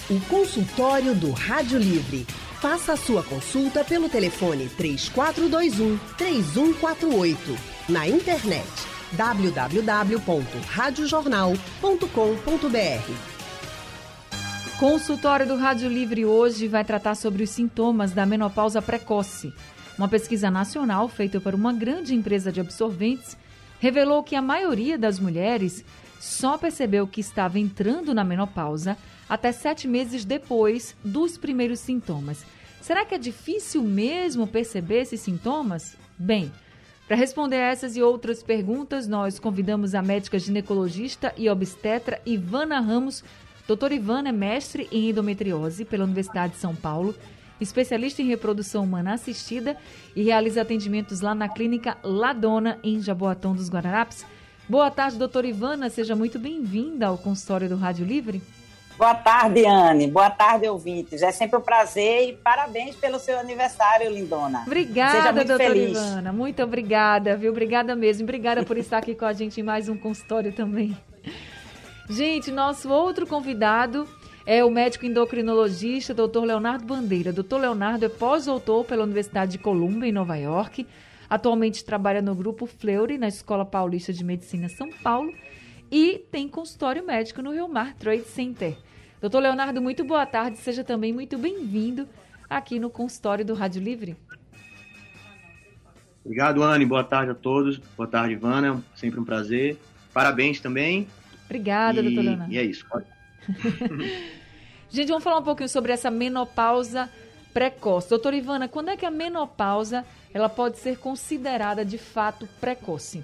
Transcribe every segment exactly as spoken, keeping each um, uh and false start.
O consultório do Rádio Livre. Faça a sua consulta pelo telefone três quatro dois um, três um quatro oito. Na internet w w w ponto rádio jornal ponto com ponto b r. Consultório do Rádio Livre hoje vai tratar sobre os sintomas da menopausa precoce. Uma pesquisa nacional feita por uma grande empresa de absorventes revelou que a maioria das mulheres só percebeu que estava entrando na menopausa até sete meses depois dos primeiros sintomas. Será que é difícil mesmo perceber esses sintomas? Bem, para responder a essas e outras perguntas, nós convidamos a médica ginecologista e obstetra Ivana Ramos. Doutora Ivana é mestre em endometriose pela Universidade de São Paulo, especialista em reprodução humana assistida e realiza atendimentos lá na clínica Ladona, em Jaboatão dos Guararapes. Boa tarde, doutora Ivana. Seja muito bem-vinda ao consultório do Rádio Livre. Boa tarde, Anne. Boa tarde, ouvintes. É sempre um prazer e parabéns pelo seu aniversário, lindona. Obrigada, Seja muito doutora feliz. Ivana. Muito obrigada, viu? Obrigada mesmo. Obrigada por estar aqui com a gente em mais um consultório também. Gente, nosso outro convidado é o médico endocrinologista, doutor Leonardo Bandeira. doutor Leonardo é pós-doutor pela Universidade de Columbia, em Nova York. Atualmente trabalha no Grupo Fleury, na Escola Paulista de Medicina São Paulo. E tem consultório médico no Rio Mar Trade Center. doutor Leonardo, muito boa tarde. Seja também muito bem-vindo aqui no consultório do Rádio Livre. Obrigado, Anne. Boa tarde a todos. Boa tarde, Ivana. Sempre um prazer. Parabéns também. Obrigada, e... doutor Leonardo. E é isso. Gente, vamos falar um pouquinho sobre essa menopausa precoce. Doutora Ivana, quando é que a menopausa ela pode ser considerada de fato precoce?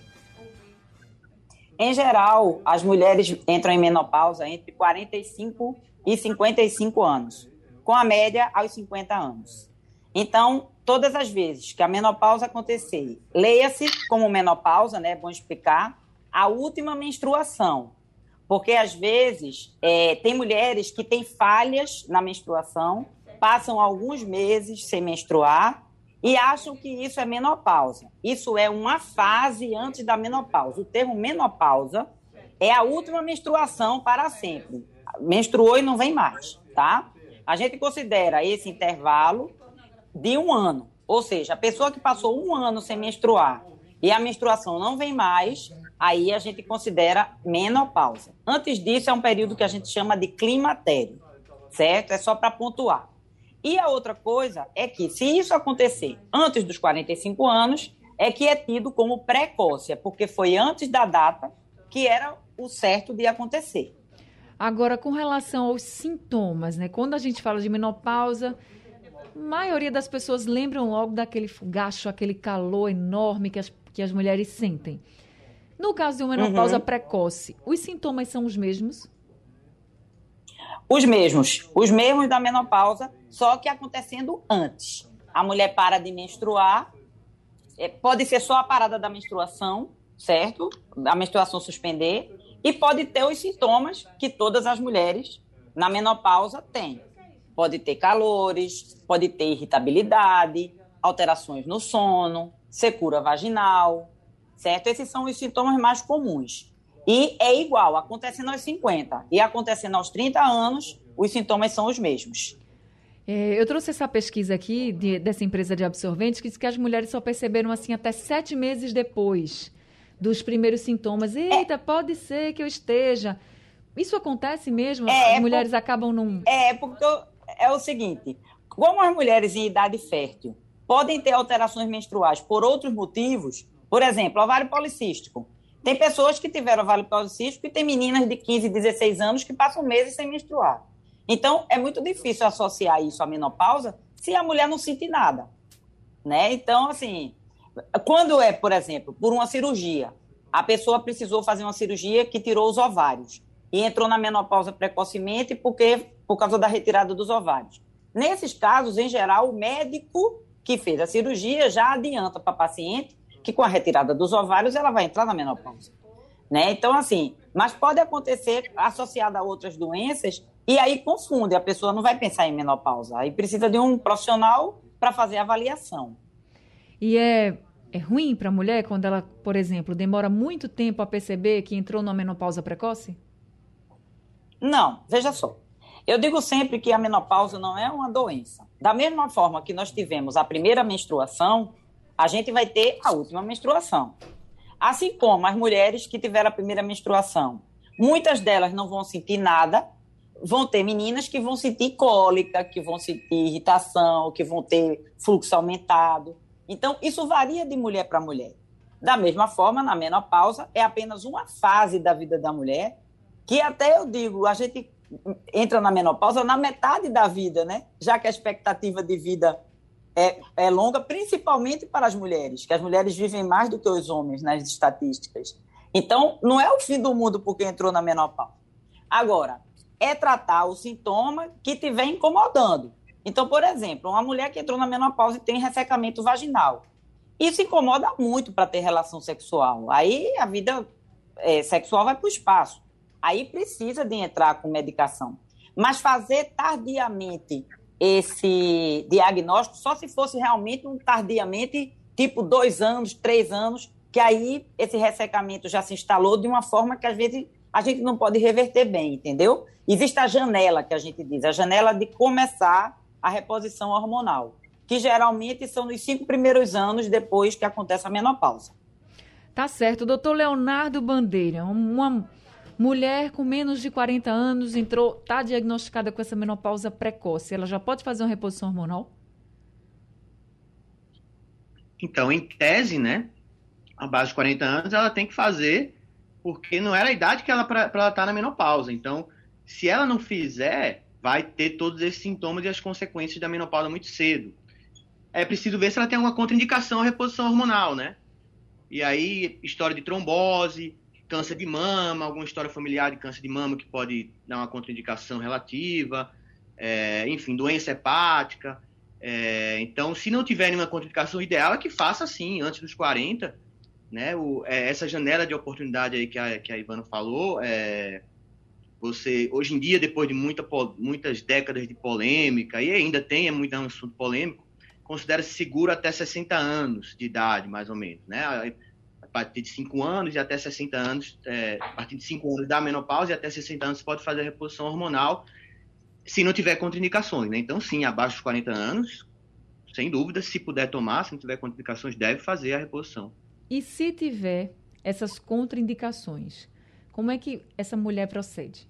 Em geral, as mulheres entram em menopausa entre quarenta e cinco e cinquenta e cinco anos, com a média aos cinquenta anos. Então, todas as vezes que a menopausa acontecer, leia-se como menopausa, né? É bom explicar, a última menstruação. Porque, às vezes, é, tem mulheres que têm falhas na menstruação, passam alguns meses sem menstruar e acham que isso é menopausa. Isso é uma fase antes da menopausa. O termo menopausa é a última menstruação para sempre. Menstruou e não vem mais, tá? A gente considera esse intervalo de um ano. Ou seja, a pessoa que passou um ano sem menstruar e a menstruação não vem mais, aí a gente considera menopausa. Antes disso, é um período que a gente chama de climatério, certo? É só para pontuar. E a outra coisa é que, se isso acontecer antes dos quarenta e cinco anos, é que é tido como precoce, porque foi antes da data que era o certo de acontecer. Agora, com relação aos sintomas, né? Quando a gente fala de menopausa, a maioria das pessoas lembram logo daquele fogacho, aquele calor enorme que as, que as mulheres sentem. No caso de uma menopausa uhum. precoce, os sintomas são os mesmos? Os mesmos, os mesmos da menopausa, só que acontecendo antes. A mulher para de menstruar, é, pode ser só a parada da menstruação, certo? A menstruação suspender, e pode ter os sintomas que todas as mulheres na menopausa têm. Pode ter calores, pode ter irritabilidade, alterações no sono, secura vaginal, certo? Esses são os sintomas mais comuns. E é igual, acontecendo aos cinquenta e acontecendo aos trinta anos, os sintomas são os mesmos. É, eu trouxe essa pesquisa aqui de, dessa empresa de absorventes que diz que as mulheres só perceberam assim até sete meses depois dos primeiros sintomas. Eita, é, pode ser que eu esteja. Isso acontece mesmo? É, as mulheres por, acabam num... É, porque é o seguinte, como as mulheres em idade fértil podem ter alterações menstruais por outros motivos, por exemplo, ovário policístico. Tem pessoas que tiveram ovário policístico e tem meninas de quinze, dezesseis anos que passam meses sem menstruar. Então, é muito difícil associar isso à menopausa se a mulher não sente nada, né? Então, assim, quando é, por exemplo, por uma cirurgia, a pessoa precisou fazer uma cirurgia que tirou os ovários e entrou na menopausa precocemente porque, por causa da retirada dos ovários. Nesses casos, em geral, o médico que fez a cirurgia já adianta para a paciente que com a retirada dos ovários ela vai entrar na menopausa, né? Então, assim, mas pode acontecer associado a outras doenças e aí confunde, a pessoa não vai pensar em menopausa, aí precisa de um profissional para fazer a avaliação. E é, é ruim para a mulher quando ela, por exemplo, demora muito tempo a perceber que entrou numa menopausa precoce? Não, veja só, Eu digo sempre que a menopausa não é uma doença. Da mesma forma que nós tivemos a primeira menstruação, a gente vai ter a última menstruação. Assim como as mulheres que tiveram a primeira menstruação, muitas delas não vão sentir nada, vão ter meninas que vão sentir cólica, que vão sentir irritação, que vão ter fluxo aumentado. Então, isso varia de mulher para mulher. Da mesma forma, na menopausa, é apenas uma fase da vida da mulher, que até eu digo, a gente entra na menopausa na metade da vida, né? Já que a expectativa de vida é, é longa, principalmente para as mulheres, que as mulheres vivem mais do que os homens nas estatísticas. Então, não é o fim do mundo porque entrou na menopausa. Agora, é tratar o sintoma que estiver incomodando. Então, por exemplo, uma mulher que entrou na menopausa e tem ressecamento vaginal. Isso incomoda muito para ter relação sexual. Aí a vida é, sexual vai para o espaço. Aí precisa de entrar com medicação. Mas fazer tardiamente esse diagnóstico, só se fosse realmente um tardiamente, tipo dois anos, três anos, que aí esse ressecamento já se instalou de uma forma que às vezes a gente não pode reverter bem, entendeu? Existe a janela, que a gente diz, a janela de começar a reposição hormonal, que geralmente são nos cinco primeiros anos depois que acontece a menopausa. Tá certo. Doutor Leonardo Bandeira, uma mulher com menos de quarenta anos entrou, tá diagnosticada com essa menopausa precoce, ela já pode fazer uma reposição hormonal? Então, em tese, né, abaixo de quarenta anos, ela tem que fazer, porque não era a idade que ela para ela estar na menopausa. Então, se ela não fizer, vai ter todos esses sintomas e as consequências da menopausa muito cedo. É preciso ver se ela tem alguma contraindicação à reposição hormonal, né? E aí, história de trombose, câncer de mama, alguma história familiar de câncer de mama que pode dar uma contraindicação relativa, é, enfim, doença hepática. É, então, se não tiver nenhuma contraindicação, o ideal é que faça sim, antes dos quarenta, né? O, é, essa janela de oportunidade aí que a, que a Ivana falou, é, você, hoje em dia, depois de muita, muitas décadas de polêmica, e ainda tem, é muito um assunto polêmico, considera-se seguro até sessenta anos de idade, mais ou menos, né? A partir de cinco anos e até sessenta anos, é, a partir de cinco anos da menopausa e até sessenta anos, você pode fazer a reposição hormonal, se não tiver contraindicações, né? Então, sim, abaixo dos quarenta anos, sem dúvida, se puder tomar, se não tiver contraindicações, deve fazer a reposição. E se tiver essas contraindicações, como é que essa mulher procede?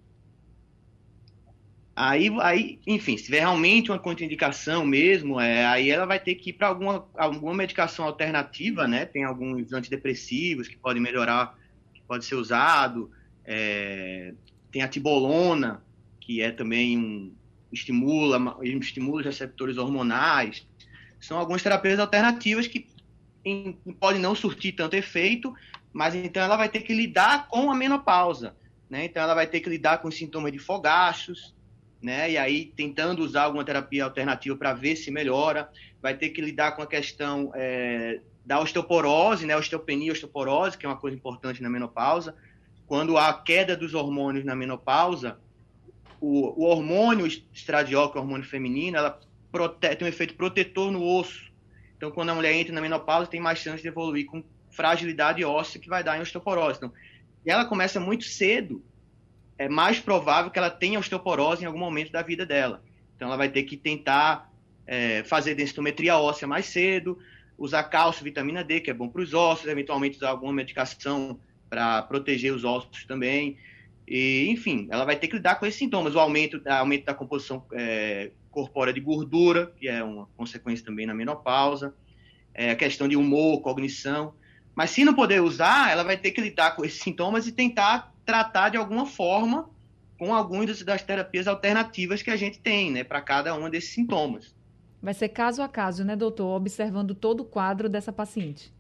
Aí, aí, enfim, se tiver realmente uma contraindicação mesmo, é, aí ela vai ter que ir para alguma, alguma medicação alternativa, né? Tem alguns antidepressivos que podem melhorar, que pode ser usado. É, tem a tibolona, que é também um estimula, estimula os receptores hormonais. São algumas terapias alternativas que em, podem não surtir tanto efeito, mas então ela vai ter que lidar com a menopausa, né? Então ela vai ter que lidar com os sintomas de fogachos, né? E aí tentando usar alguma terapia alternativa para ver se melhora, vai ter que lidar com a questão é, da osteoporose, né? Osteopenia e osteoporose, que é uma coisa importante na menopausa. Quando há queda dos hormônios na menopausa, o, o hormônio estradiol, que é o hormônio feminino, ela prote- tem um efeito protetor no osso. Então, quando a mulher entra na menopausa, tem mais chance de evoluir com fragilidade óssea, que vai dar em osteoporose. Então, e ela começa muito cedo, é mais provável que ela tenha osteoporose em algum momento da vida dela. Então, ela vai ter que tentar é, fazer densitometria óssea mais cedo, usar cálcio, vitamina D, que é bom para os ossos, eventualmente usar alguma medicação para proteger os ossos também. E, enfim, ela vai ter que lidar com esses sintomas. O aumento, aumento da composição é, corpórea de gordura, que é uma consequência também na menopausa. É, a questão de humor, cognição. Mas se não poder usar, ela vai ter que lidar com esses sintomas e tentar tratar de alguma forma com algumas das terapias alternativas que a gente tem, né, para cada um desses sintomas. Vai ser caso a caso, né, doutor? Observando todo o quadro dessa paciente.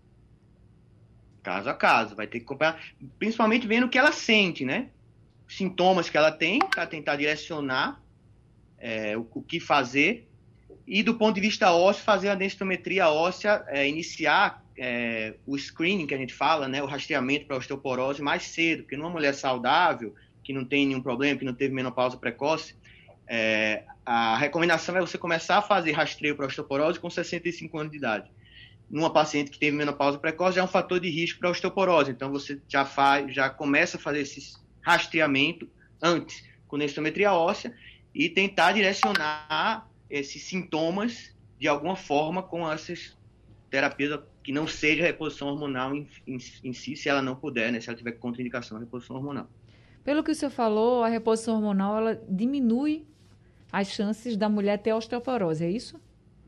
Caso a caso. Vai ter que acompanhar, principalmente vendo o que ela sente, né? Sintomas que ela tem, para tentar direcionar é, o, o que fazer. E do ponto de vista ósseo, fazer a densitometria óssea, é, iniciar é, o screening que a gente fala, né, o rastreamento para osteoporose mais cedo, porque numa mulher saudável, que não tem nenhum problema, que não teve menopausa precoce, é, a recomendação é você começar a fazer rastreio para osteoporose com sessenta e cinco anos de idade. Numa paciente que teve menopausa precoce, já é um fator de risco para osteoporose, então você já, faz, já começa a fazer esse rastreamento antes, com densitometria óssea e tentar direcionar esses sintomas de alguma forma com essas terapias que não seja a reposição hormonal em, em, em si, se ela não puder, né, se ela tiver contraindicação à reposição hormonal. Pelo que o senhor falou, a reposição hormonal ela diminui as chances da mulher ter osteoporose, é isso?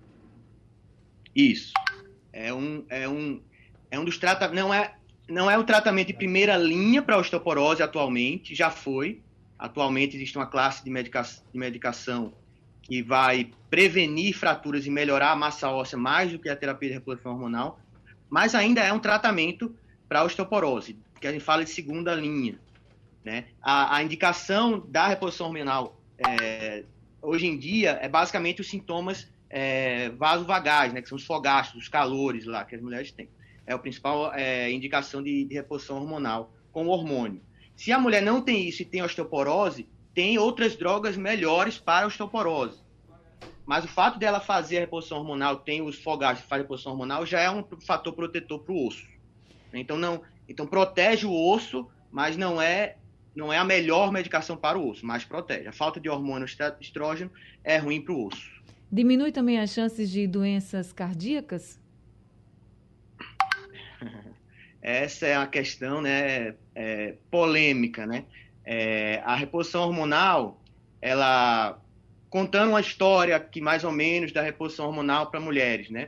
Isso. É um, é um, é um dos tratamentos. Não é, não é o tratamento de primeira linha para osteoporose atualmente, já foi. Atualmente existe uma classe de, medica, de medicação que vai prevenir fraturas e melhorar a massa óssea mais do que a terapia de reposição hormonal, mas ainda é um tratamento para osteoporose, que a gente fala de segunda linha. Né? A, a indicação da reposição hormonal é, hoje em dia é basicamente os sintomas é, vasovagais, né? Que são os fogastos, os calores lá que as mulheres têm. É a principal é, indicação de, de reposição hormonal com hormônio. Se a mulher não tem isso e tem osteoporose, tem outras drogas melhores para a osteoporose. Mas o fato dela fazer a reposição hormonal, tem os fogastos que fazem a reposição hormonal, já é um fator protetor para o osso. Então, não, então protege o osso, mas não é não é a melhor medicação para o osso, mas protege. A falta de hormônio estrógeno é ruim para o osso. Diminui também as chances de doenças cardíacas? Essa é uma questão, né, é, polêmica, né? É, a reposição hormonal, ela, contando uma história que mais ou menos da reposição hormonal para mulheres, né?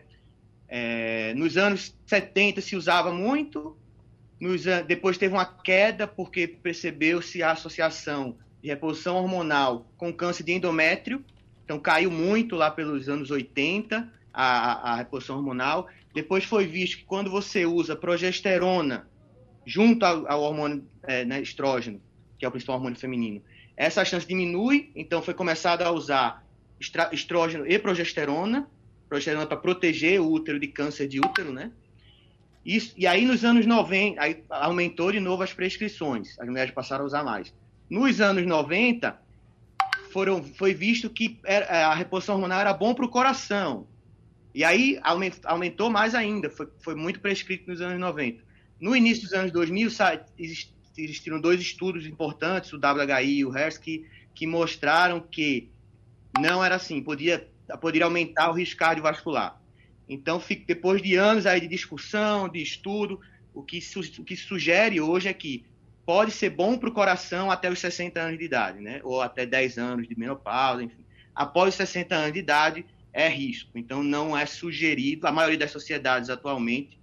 É, nos anos setenta se usava muito. Nos, depois teve uma queda porque percebeu-se a associação de reposição hormonal com câncer de endométrio. Então caiu muito lá pelos anos oitenta a, a reposição hormonal. Depois foi visto que quando você usa progesterona junto ao, ao hormônio é, né, estrógeno, que é o principal hormônio feminino, essa chance diminui. Então foi começado a usar estrógeno e progesterona. Progesterona para proteger o útero de câncer de útero, né? Isso, e aí, nos anos noventa, aí aumentou de novo as prescrições. As mulheres passaram a usar mais. Nos anos noventa, foram, foi visto que a reposição hormonal era bom para o coração. E aí, aumentou mais ainda. Foi, foi muito prescrito nos anos noventa. No início dos anos dois mil, existiram dois estudos importantes, o W H I e o H E R S, que, que mostraram que não era assim. Podia, poderia aumentar o risco cardiovascular. Então, depois de anos aí de discussão, de estudo, o que, o que sugere hoje é que pode ser bom para o coração até os sessenta anos de idade, né? Ou até dez anos de menopausa, enfim. Após os sessenta anos de idade, é risco. Então, não é sugerido. A maioria das sociedades atualmente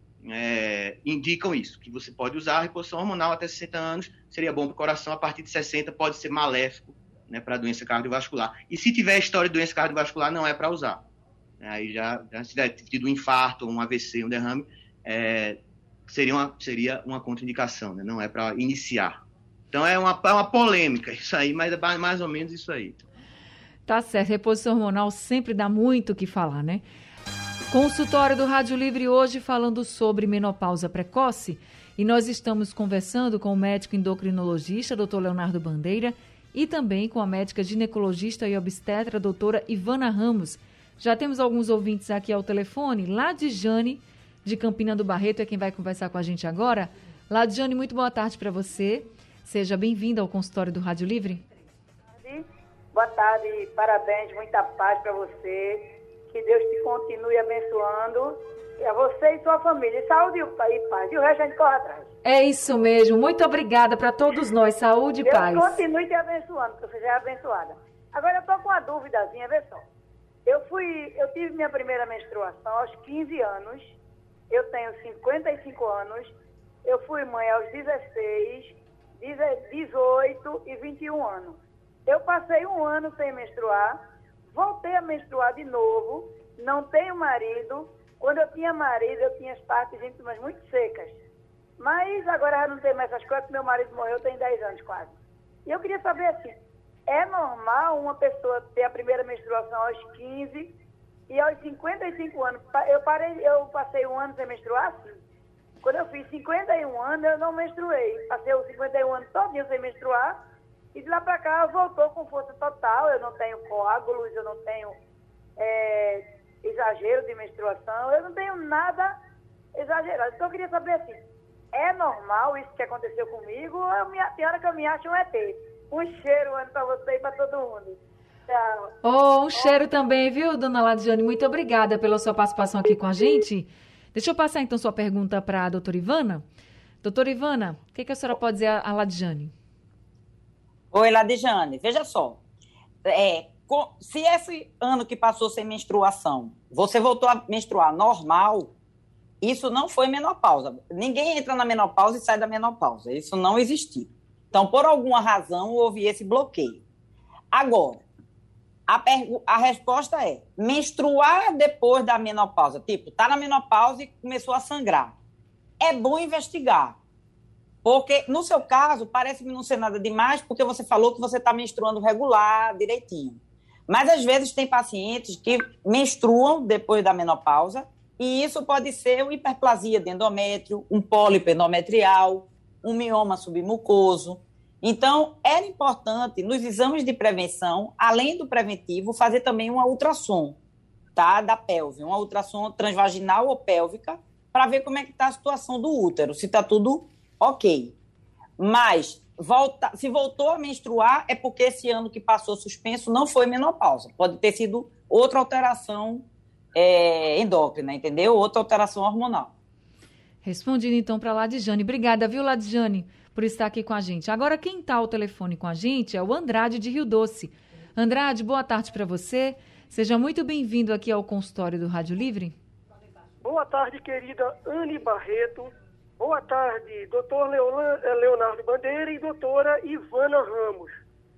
é, indicam isso, que você pode usar a reposição hormonal até sessenta anos, seria bom para o coração. A partir de sessenta pode ser maléfico, né, para a doença cardiovascular. E se tiver história de doença cardiovascular, não é para usar. Aí já, já se tiver tido um infarto, um A V C, um derrame, é, seria, uma, seria uma contraindicação, né? Não é para iniciar. Então é uma, é uma polêmica isso aí, mas é mais ou menos isso aí. Tá certo, reposição hormonal sempre dá muito o que falar, né? Consultório do Rádio Livre hoje falando sobre menopausa precoce e nós estamos conversando com o médico endocrinologista, doutor Leonardo Bandeira, e também com a médica ginecologista e obstetra, doutora Ivana Ramos. Já temos alguns ouvintes aqui ao telefone. Ladjane, de Campina do Barreto, é quem vai conversar com a gente agora. Ladjane, muito boa tarde para você. Seja bem-vinda ao consultório do Rádio Livre. Boa tarde, parabéns, muita paz para você. Que Deus te continue abençoando. E a você e sua família. Saúde e paz. E o resto a gente corre atrás. É isso mesmo. Muito obrigada para todos nós. Saúde e Deus paz. Deus continue te abençoando, porque você já é abençoada. Agora eu estou com uma duvidazinha, vê só. Eu fui, eu tive minha primeira menstruação aos quinze anos, eu tenho cinquenta e cinco anos, eu fui mãe aos dezesseis, dezoito e vinte e um anos. Eu passei um ano sem menstruar, voltei a menstruar de novo, não tenho marido. Quando eu tinha marido, eu tinha as partes íntimas muito secas. Mas agora já não tenho mais essas coisas, meu marido morreu tem dez anos quase. E eu queria saber assim, é normal uma pessoa ter a primeira menstruação aos quinze e aos cinquenta e cinco anos? Eu, parei, eu passei um ano sem menstruar, sim. Quando eu fiz cinquenta e um anos, eu não menstruei. Passei os cinquenta e um anos todinho sem menstruar e de lá para cá voltou com força total. Eu não tenho coágulos, eu não tenho é, exagero de menstruação, eu não tenho nada exagerado. Então eu queria saber assim, é normal isso que aconteceu comigo ou eu me, tem hora que eu me acho um E T? Um cheiro, Ana, para você e para todo mundo. Tchau. Oh, um cheiro também, viu, dona Ladiane? Muito obrigada pela sua participação aqui com a gente. Deixa eu passar, então, sua pergunta para a doutora Ivana. Doutora Ivana, o que, que a senhora pode dizer a Ladiane? Oi, Ladiane. Veja só. É, se esse ano que passou sem menstruação, você voltou a menstruar normal, isso não foi menopausa. Ninguém entra na menopausa e sai da menopausa. Isso não existiu. Então, por alguma razão, houve esse bloqueio. Agora, a, pergu- a resposta é, menstruar depois da menopausa, tipo, tá na menopausa e começou a sangrar. É bom investigar. Porque, no seu caso, parece-me não ser nada demais, porque você falou que você está menstruando regular, direitinho. Mas, às vezes, tem pacientes que menstruam depois da menopausa, e isso pode ser uma hiperplasia de endométrio, um pólipo endometrial, um mioma submucoso. Então, era importante, nos exames de prevenção, além do preventivo, fazer também uma ultrassom, tá, da pelve, uma ultrassom transvaginal ou pélvica, para ver como é que está a situação do útero, se está tudo ok. Mas, volta, se voltou a menstruar, é porque esse ano que passou suspenso não foi menopausa. Pode ter sido outra alteração é, endócrina, entendeu? Outra alteração hormonal. Respondido, então, para a Ladijane. Obrigada, viu, Ladijane, por estar aqui com a gente. Agora, quem está ao telefone com a gente é o Andrade de Rio Doce. Andrade, boa tarde para você. Seja muito bem-vindo aqui ao consultório do Rádio Livre. Boa tarde, querida Anne Barreto. Boa tarde, doutor Leonardo Bandeira e doutora Ivana Ramos.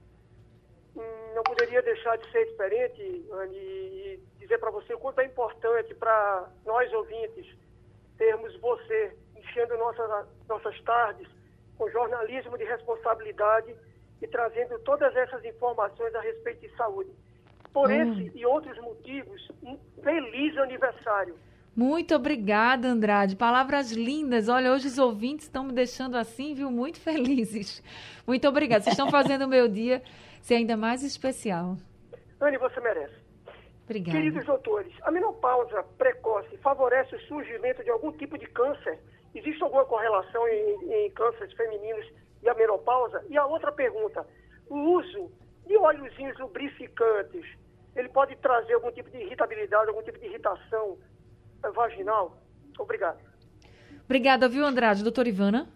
Não poderia deixar de ser diferente, Anne, e dizer para você o quanto é importante para nós ouvintes termos você enchendo nossas, nossas tardes com jornalismo de responsabilidade e trazendo todas essas informações a respeito de saúde. Por hum. esse e outros motivos, um feliz aniversário. Muito obrigada, Andrade. Palavras lindas. Olha, hoje os ouvintes estão me deixando assim, viu? Muito felizes. Muito obrigada. Vocês estão fazendo o meu dia ser ainda mais especial. Anne, você merece. Obrigada. Queridos doutores, a menopausa precoce favorece o surgimento de algum tipo de câncer? Existe alguma correlação em, em cânceres femininos e a menopausa? E a outra pergunta, o uso de óleozinhos lubrificantes, ele pode trazer algum tipo de irritabilidade, algum tipo de irritação vaginal? Obrigado. Obrigada, viu, Andrade? Doutora Ivana?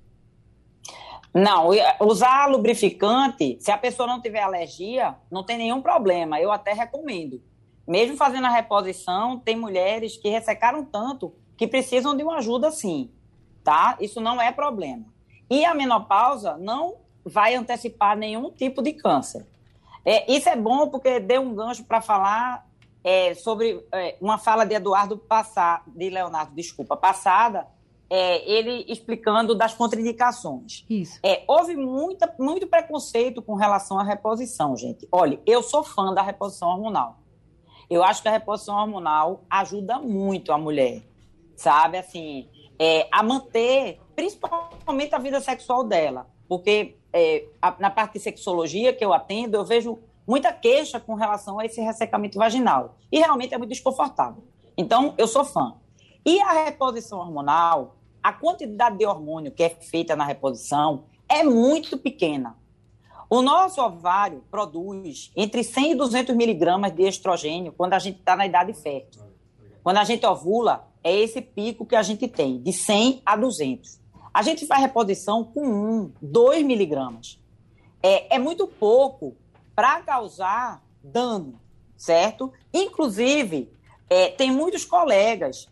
Não, usar lubrificante, se a pessoa não tiver alergia, não tem nenhum problema, eu até recomendo. Mesmo fazendo a reposição, tem mulheres que ressecaram tanto que precisam de uma ajuda sim, tá? Isso não é problema. E a menopausa não vai antecipar nenhum tipo de câncer. É, isso é bom porque deu um gancho para falar é, sobre é, uma fala de Eduardo passada, de Leonardo, desculpa, passada, é, ele explicando das contraindicações. Isso. É, houve muita, muito preconceito com relação à reposição, gente. Olha, eu sou fã da reposição hormonal. Eu acho que a reposição hormonal ajuda muito a mulher, sabe, assim, é, a manter, principalmente a vida sexual dela, porque é, a, na parte de sexologia que eu atendo, eu vejo muita queixa com relação a esse ressecamento vaginal, e realmente é muito desconfortável. Então, eu sou fã. E a reposição hormonal, a quantidade de hormônio que é feita na reposição é muito pequena. O nosso ovário produz entre cem e duzentos miligramas de estrogênio quando a gente está na idade fértil. Quando a gente ovula, é esse pico que a gente tem, de cem a duzentos. A gente faz reposição com um, dois miligramas. É, é muito pouco para causar dano, certo? Inclusive, é, tem muitos colegas,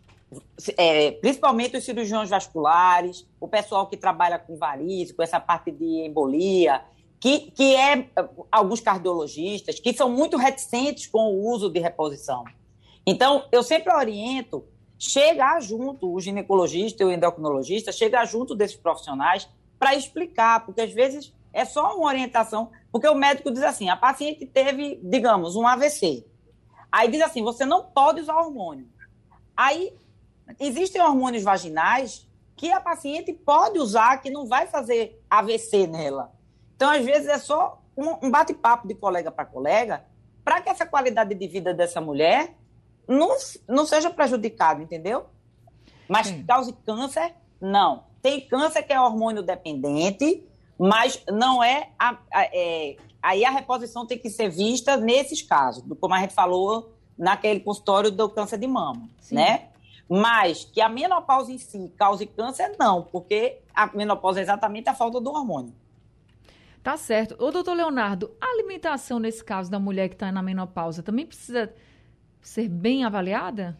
é, principalmente os cirurgiões vasculares, o pessoal que trabalha com varize, com essa parte de embolia, que, que é alguns cardiologistas, que são muito reticentes com o uso de reposição. Então, eu sempre oriento chegar junto, o ginecologista e o endocrinologista, chegar junto desses profissionais para explicar, porque às vezes é só uma orientação, porque o médico diz assim, a paciente teve, digamos, um A V C. Aí diz assim, você não pode usar hormônio. Aí, existem hormônios vaginais que a paciente pode usar, que não vai fazer A V C nela. Então, às vezes, é só um, um bate-papo de colega para colega para que essa qualidade de vida dessa mulher não, não seja prejudicada, entendeu? Mas Sim. cause câncer, não. Tem câncer que é hormônio dependente, mas não é, a, a, é... Aí a reposição tem que ser vista nesses casos, como a gente falou naquele consultório do câncer de mama, Sim. né? Mas que a menopausa em si cause câncer, não, porque a menopausa é exatamente a falta do hormônio. Tá certo. Ô, doutor Leonardo, a alimentação nesse caso da mulher que está na menopausa também precisa ser bem avaliada?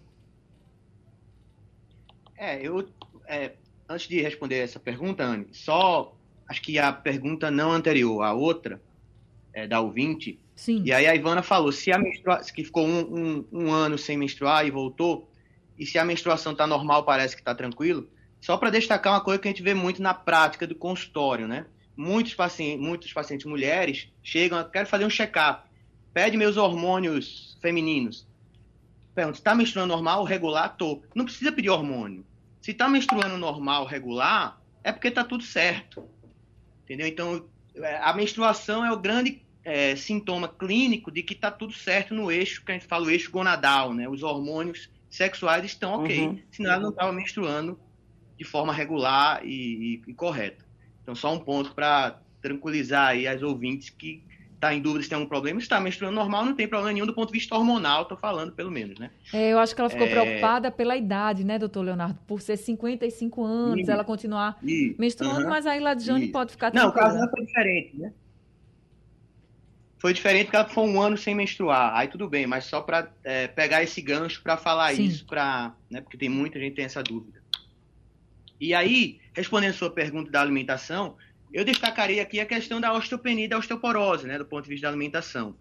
É, eu... É, antes de responder essa pergunta, Anne, só acho que a pergunta não anterior, a outra, é, da ouvinte, Sim. E aí a Ivana falou, se a menstrua... que ficou um, um, um ano sem menstruar e voltou, e se a menstruação está normal, parece que está tranquilo, só para destacar uma coisa que a gente vê muito na prática do consultório, né? Muitos pacientes, muitos pacientes mulheres chegam, quero fazer um check-up, pede meus hormônios femininos. Pergunta, está menstruando normal, regular? Tô. Não precisa pedir hormônio. Se está menstruando normal, regular, é porque está tudo certo. Entendeu? Então, a menstruação é o grande é, sintoma clínico de que está tudo certo no eixo, que a gente fala o eixo gonadal, né? Os hormônios sexuais estão ok, uhum. senão ela não estava menstruando de forma regular e, e, e correta. Então, só um ponto para tranquilizar aí as ouvintes que está em dúvida se tem algum problema. Se está menstruando normal, não tem problema nenhum do ponto de vista hormonal, estou falando pelo menos, né? É, eu acho que ela ficou é... preocupada pela idade, né, doutor Leonardo? Por ser cinquenta e cinco anos, e, ela continuar e, menstruando, uh-huh, mas aí Ladiane pode ficar tranquila. Não, o caso não foi diferente, né? Foi diferente porque ela foi um ano sem menstruar. Aí tudo bem, mas só para é, pegar esse gancho para falar Sim. isso, pra, né, porque tem muita gente que tem essa dúvida. E aí, respondendo a sua pergunta da alimentação, eu destacaria aqui a questão da osteopenia e da osteoporose, né, do ponto de vista da alimentação.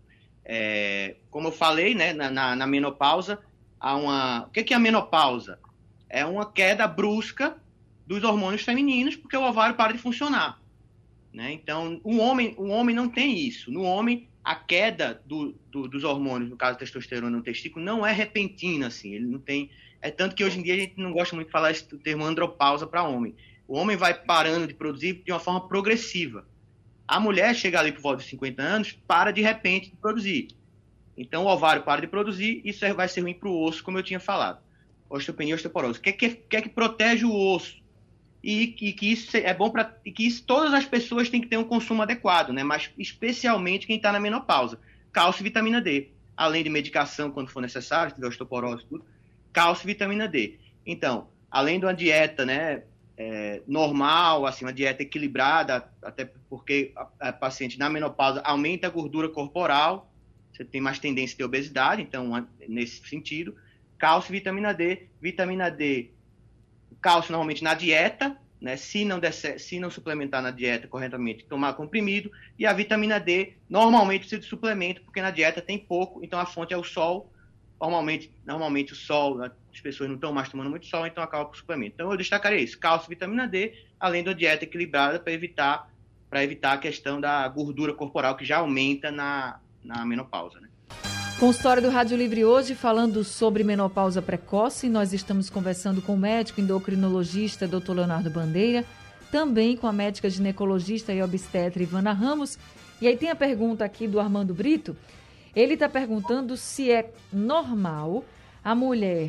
É, como eu falei, né, na, na, na menopausa, há uma... O que é a menopausa? É uma queda brusca dos hormônios femininos, porque o ovário para de funcionar. Né? Então, o homem, o homem não tem isso. No homem, a queda do, do, dos hormônios, no caso da testosterona no testículo, não é repentina, assim. Ele não tem... É tanto que hoje em dia a gente não gosta muito de falar esse termo andropausa para homem. O homem vai parando de produzir de uma forma progressiva. A mulher chega ali por volta de cinquenta anos, para de repente de produzir. Então, o ovário para de produzir, isso vai ser ruim para o osso, como eu tinha falado. Osteopenia e osteoporose. O que é que, que, é que protege o osso? E, e que isso é bom para que isso, todas as pessoas têm que ter um consumo adequado, né? Mas especialmente quem está na menopausa. Cálcio e vitamina D. Além de medicação, quando for necessário, se tiver osteoporose, tudo. Cálcio e vitamina D. Então, além de uma dieta, né, é, normal, assim, uma dieta equilibrada, até porque a, a paciente na menopausa aumenta a gordura corporal, você tem mais tendência a ter obesidade, então, nesse sentido. Cálcio e vitamina D. Vitamina D, cálcio normalmente na dieta, né? Se não, der, se não suplementar na dieta corretamente, tomar comprimido. E a vitamina D, normalmente precisa de suplemento, porque na dieta tem pouco, então a fonte é o sol. Normalmente, normalmente o sol, as pessoas não estão mais tomando muito sol, então acaba por suplemento. Então eu destacaria isso, cálcio e vitamina D, além da dieta equilibrada para evitar, para evitar a questão da gordura corporal que já aumenta na, na menopausa, né? Consultório do Rádio Livre hoje, falando sobre menopausa precoce. Nós estamos conversando com o médico endocrinologista doutor Leonardo Bandeira, também com a médica ginecologista e obstetra Ivana Ramos. E aí tem a pergunta aqui do Armando Brito. Ele está perguntando se é normal a mulher,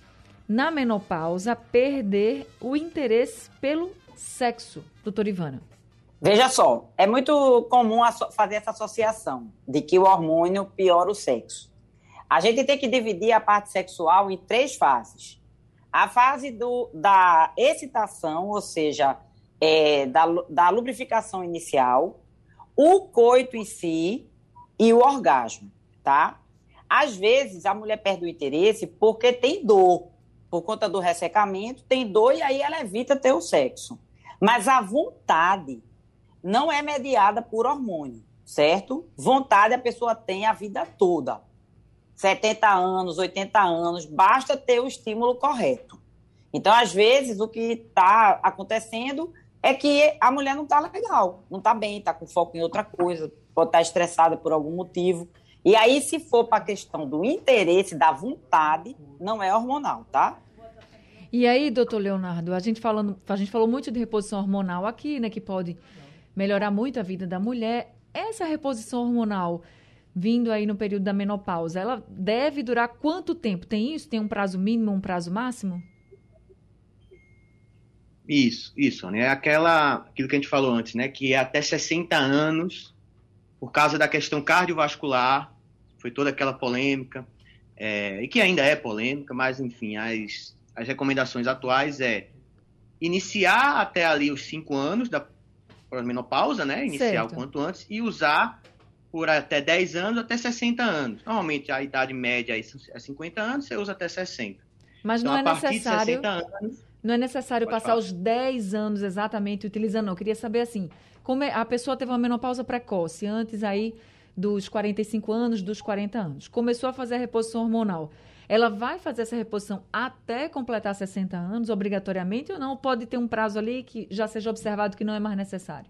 na menopausa, perder o interesse pelo sexo, doutora Ivana. Veja só, é muito comum fazer essa associação de que o hormônio piora o sexo. A gente tem que dividir a parte sexual em três fases. A fase do, da excitação, ou seja, é, da, da lubrificação inicial, o coito em si e o orgasmo, tá? Às vezes, a mulher perde o interesse porque tem dor. Por conta do ressecamento, tem dor e aí ela evita ter o sexo. Mas a vontade não é mediada por hormônio, certo? Vontade a pessoa tem a vida toda. setenta anos, oitenta anos, basta ter o estímulo correto. Então, às vezes, o que está acontecendo é que a mulher não está legal, não está bem, está com foco em outra coisa, pode estar estressada por algum motivo. E aí, se for para a questão do interesse, da vontade, não é hormonal, tá? E aí, doutor Leonardo, a gente, falando, a gente falou muito de reposição hormonal aqui, né, que pode melhorar muito a vida da mulher. Essa reposição hormonal, vindo aí no período da menopausa, ela deve durar quanto tempo? Tem isso? Tem um prazo mínimo, um prazo máximo? Isso, isso, né? Aquela, aquilo que a gente falou antes, né? Que é até sessenta anos, por causa da questão cardiovascular, foi toda aquela polêmica, é, e que ainda é polêmica, mas, enfim, as, as recomendações atuais é iniciar até ali os cinco anos da menopausa, né? Iniciar certo. O quanto antes, e usar por até dez anos até sessenta anos. Normalmente, a idade média é cinquenta anos, você usa até sessenta. Mas então, não é a partir necessário... de sessenta anos... Não é necessário Pode passar falar. os dez anos exatamente utilizando, não. Eu queria saber, assim, como é, a pessoa teve uma menopausa precoce, antes aí dos quarenta e cinco anos, dos quarenta anos. Começou a fazer a reposição hormonal. Ela vai fazer essa reposição até completar sessenta anos, obrigatoriamente, ou não? Pode ter um prazo ali que já seja observado que não é mais necessário?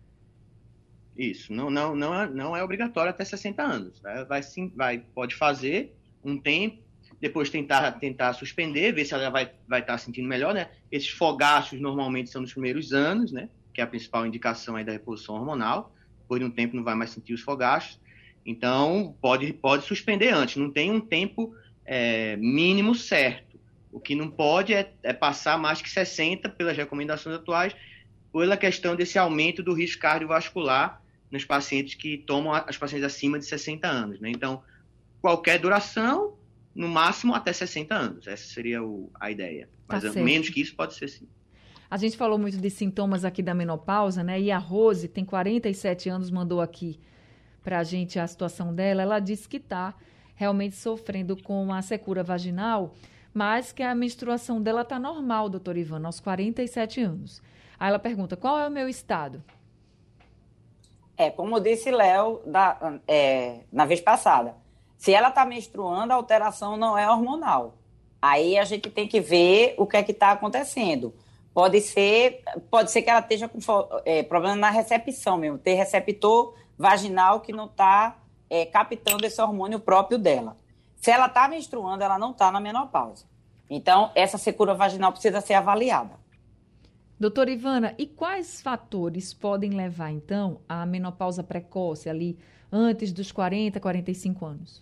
Isso, não, não, não, é, não é obrigatório até sessenta anos. Vai, vai, sim, vai, pode fazer um tempo, depois tentar, tentar suspender, ver se ela vai vai estar sentindo melhor, né? Esses fogachos normalmente são nos primeiros anos, né? Que é a principal indicação aí da reposição hormonal. Depois de um tempo não vai mais sentir os fogachos. Então, pode, pode suspender antes. Não tem um tempo é, mínimo certo. O que não pode é, é passar mais que sessenta, pelas recomendações atuais, pela questão desse aumento do risco cardiovascular nos pacientes que tomam, as pacientes acima de sessenta anos, né? Então, qualquer duração, no máximo até sessenta anos. Essa seria o, a ideia. Mas tá menos que isso pode ser sim. A gente falou muito de sintomas aqui da menopausa, né? E a Rose, tem quarenta e sete anos, mandou aqui pra gente a situação dela. Ela disse que está realmente sofrendo com a secura vaginal, mas que a menstruação dela está normal, doutor Ivan, aos quarenta e sete anos. Aí ela pergunta, qual é o meu estado? É, como disse Léo da, é, na vez passada, se ela está menstruando, a alteração não é hormonal. Aí a gente tem que ver o que é que está acontecendo. Pode ser, pode ser que ela esteja com é, problema na recepção mesmo, ter receptor vaginal que não está é, captando esse hormônio próprio dela. Se ela está menstruando, ela não está na menopausa. Então, essa secura vaginal precisa ser avaliada. Doutora Ivana, e quais fatores podem levar, então, à menopausa precoce, ali, antes dos quarenta, quarenta e cinco anos?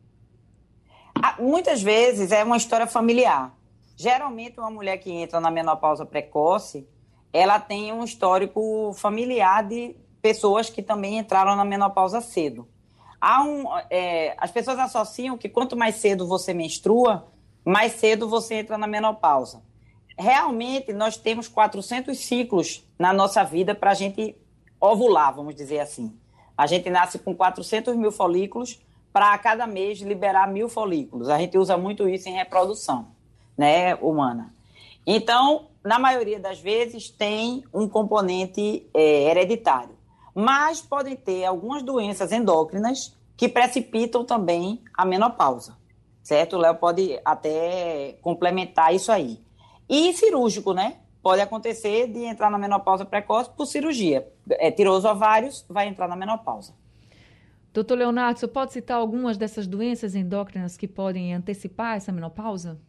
Muitas vezes é uma história familiar. Geralmente, uma mulher que entra na menopausa precoce, ela tem um histórico familiar de pessoas que também entraram na menopausa cedo. Há um, é, as pessoas associam que quanto mais cedo você menstrua, mais cedo você entra na menopausa. Realmente, nós temos quatrocentos ciclos na nossa vida para a gente ovular, vamos dizer assim. A gente nasce com quatrocentos mil folículos para a cada mês liberar mil folículos. A gente usa muito isso em reprodução, né, humana. Então, na maioria das vezes, tem um componente é, hereditário. Mas podem ter algumas doenças endócrinas que precipitam também a menopausa, certo? O Léo pode até complementar isso aí. E cirúrgico, né? Pode acontecer de entrar na menopausa precoce por cirurgia. É, tirou os ovários, vai entrar na menopausa. Doutor Leonardo, você pode citar algumas dessas doenças endócrinas que podem antecipar essa menopausa?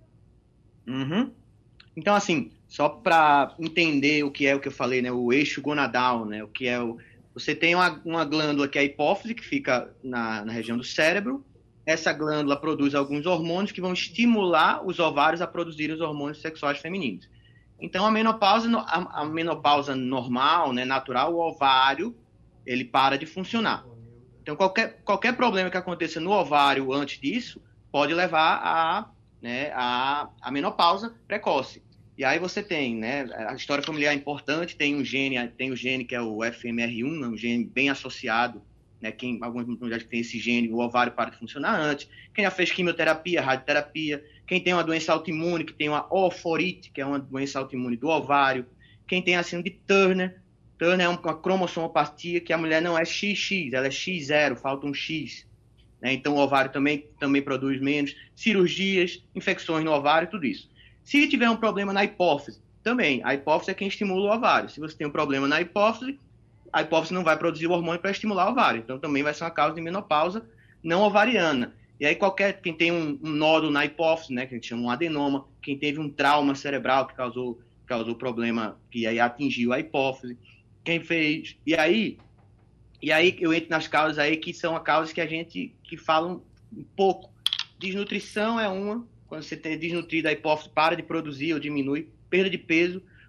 Uhum. Então, assim, só para entender o que é o que eu falei, né? O eixo gonadal, né? O que é o... Você tem uma, uma glândula que é a hipófise, que fica na, na região do cérebro. Essa glândula produz alguns hormônios que vão estimular os ovários a produzir os hormônios sexuais femininos. Então, a menopausa, a, a menopausa normal, né, natural, o ovário, ele para de funcionar. Então, qualquer, qualquer problema que aconteça no ovário antes disso pode levar a, né, a, a menopausa precoce. E aí você tem, né, a história familiar é importante, tem um gene, tem o gene que é o F M R um, um gene bem associado, né, quem, algumas mulheres que têm esse gene, o ovário para de funcionar antes, quem já fez quimioterapia, radioterapia, quem tem uma doença autoimune, que tem uma oforite, que é uma doença autoimune do ovário, quem tem a síndrome de Turner, Turner é uma cromossomopatia que a mulher não é X X, ela é X zero, falta um X. Né? Então o ovário também, também produz menos. Cirurgias, infecções no ovário, tudo isso. Se tiver um problema na hipófise, também. A hipófise é quem estimula o ovário. Se você tem um problema na hipófise, a hipófise não vai produzir o hormônio para estimular o ovário. Então também vai ser uma causa de menopausa não ovariana. E aí qualquer, quem tem um, um nódulo na hipófise, né, que a gente chama um adenoma, quem teve um trauma cerebral que causou, causou problema, que aí atingiu a hipófise, quem fez... E aí, e aí eu entro nas causas aí que são as causas que a gente que falam um pouco. Desnutrição é uma, quando você tem desnutrido, a hipófise para de produzir ou diminui, perda de peso,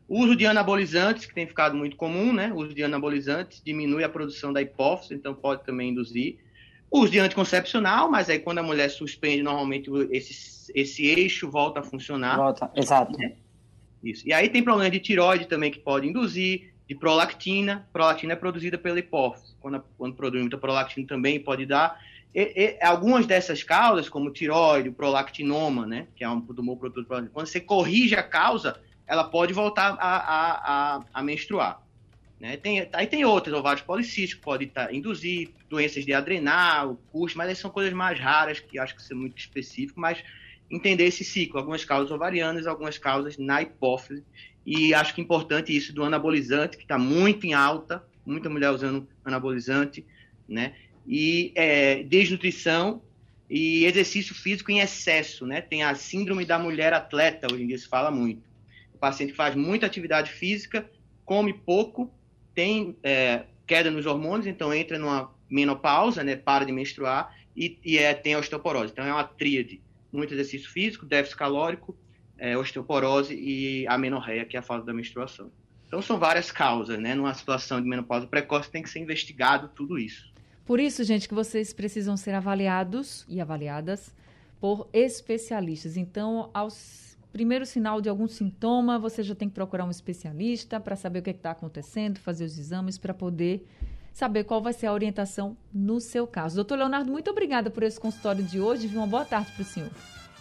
O uso de anabolizantes, que tem ficado muito comum, né? O uso de anabolizantes diminui a produção da hipófise, então pode também induzir. O uso de anticoncepcional, mas aí quando a mulher suspende, normalmente esse, esse eixo volta a funcionar. Volta, exato. Né? Isso. E aí tem problema de tireoide também que pode induzir, de prolactina. Prolactina é produzida pela hipófise. Quando, quando produz muita prolactina também pode dar. E, e, algumas dessas causas, como tireoide, prolactinoma, né? Que é um tumor produtor de prolactina, quando você corrige a causa, ela pode voltar a, a, a, a menstruar. Né? Tem, aí tem outras, ovários policísticos, pode tá, induzir doenças de adrenal, custo, mas essas são coisas mais raras, que acho que são muito específico, mas entender esse ciclo, algumas causas ovarianas, algumas causas na hipófise, e acho que é importante isso do anabolizante, que está muito em alta, muita mulher usando anabolizante, né? E é, desnutrição e exercício físico em excesso, né? Tem a síndrome da mulher atleta, hoje em dia se fala muito. O paciente faz muita atividade física, come pouco, tem é, queda nos hormônios, então entra numa menopausa, né, para de menstruar, e, e é, tem osteoporose. Então é uma tríade, muito exercício físico, déficit calórico, é, osteoporose e amenorreia, que é a falta da menstruação. Então são várias causas, né? Numa situação de menopausa precoce tem que ser investigado tudo isso. Por isso, gente, que vocês precisam ser avaliados e avaliadas por especialistas. Então, aos primeiro sinal de algum sintoma, você já tem que procurar um especialista para saber o que está acontecendo, fazer os exames para poder saber qual vai ser a orientação no seu caso. Doutor Leonardo, muito obrigada por esse consultório de hoje. Uma boa tarde para o senhor.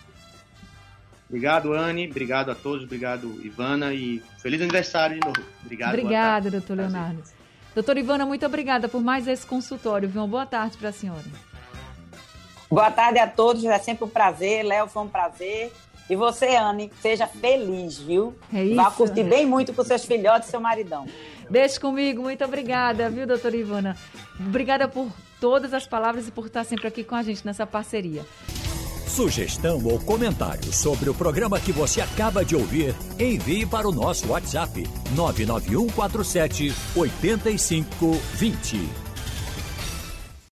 Obrigado, Anne. Obrigado a todos. Obrigado, Ivana. E feliz aniversário de novo. Obrigado. Obrigada, doutor Leonardo. Doutora Ivana, muito obrigada por mais esse consultório. Uma boa tarde para a senhora. Boa tarde a todos. É sempre um prazer. Léo, foi um prazer. E você, Anne, seja feliz, viu? É isso. Vá curtir bem muito com seus filhotes e seu maridão. Deixe comigo. Muito obrigada, viu, doutora Ivana? Obrigada por todas as palavras e por estar sempre aqui com a gente nessa parceria. Sugestão ou comentário sobre o programa que você acaba de ouvir, envie para o nosso WhatsApp nove nove um quatro sete oito cinco dois zero.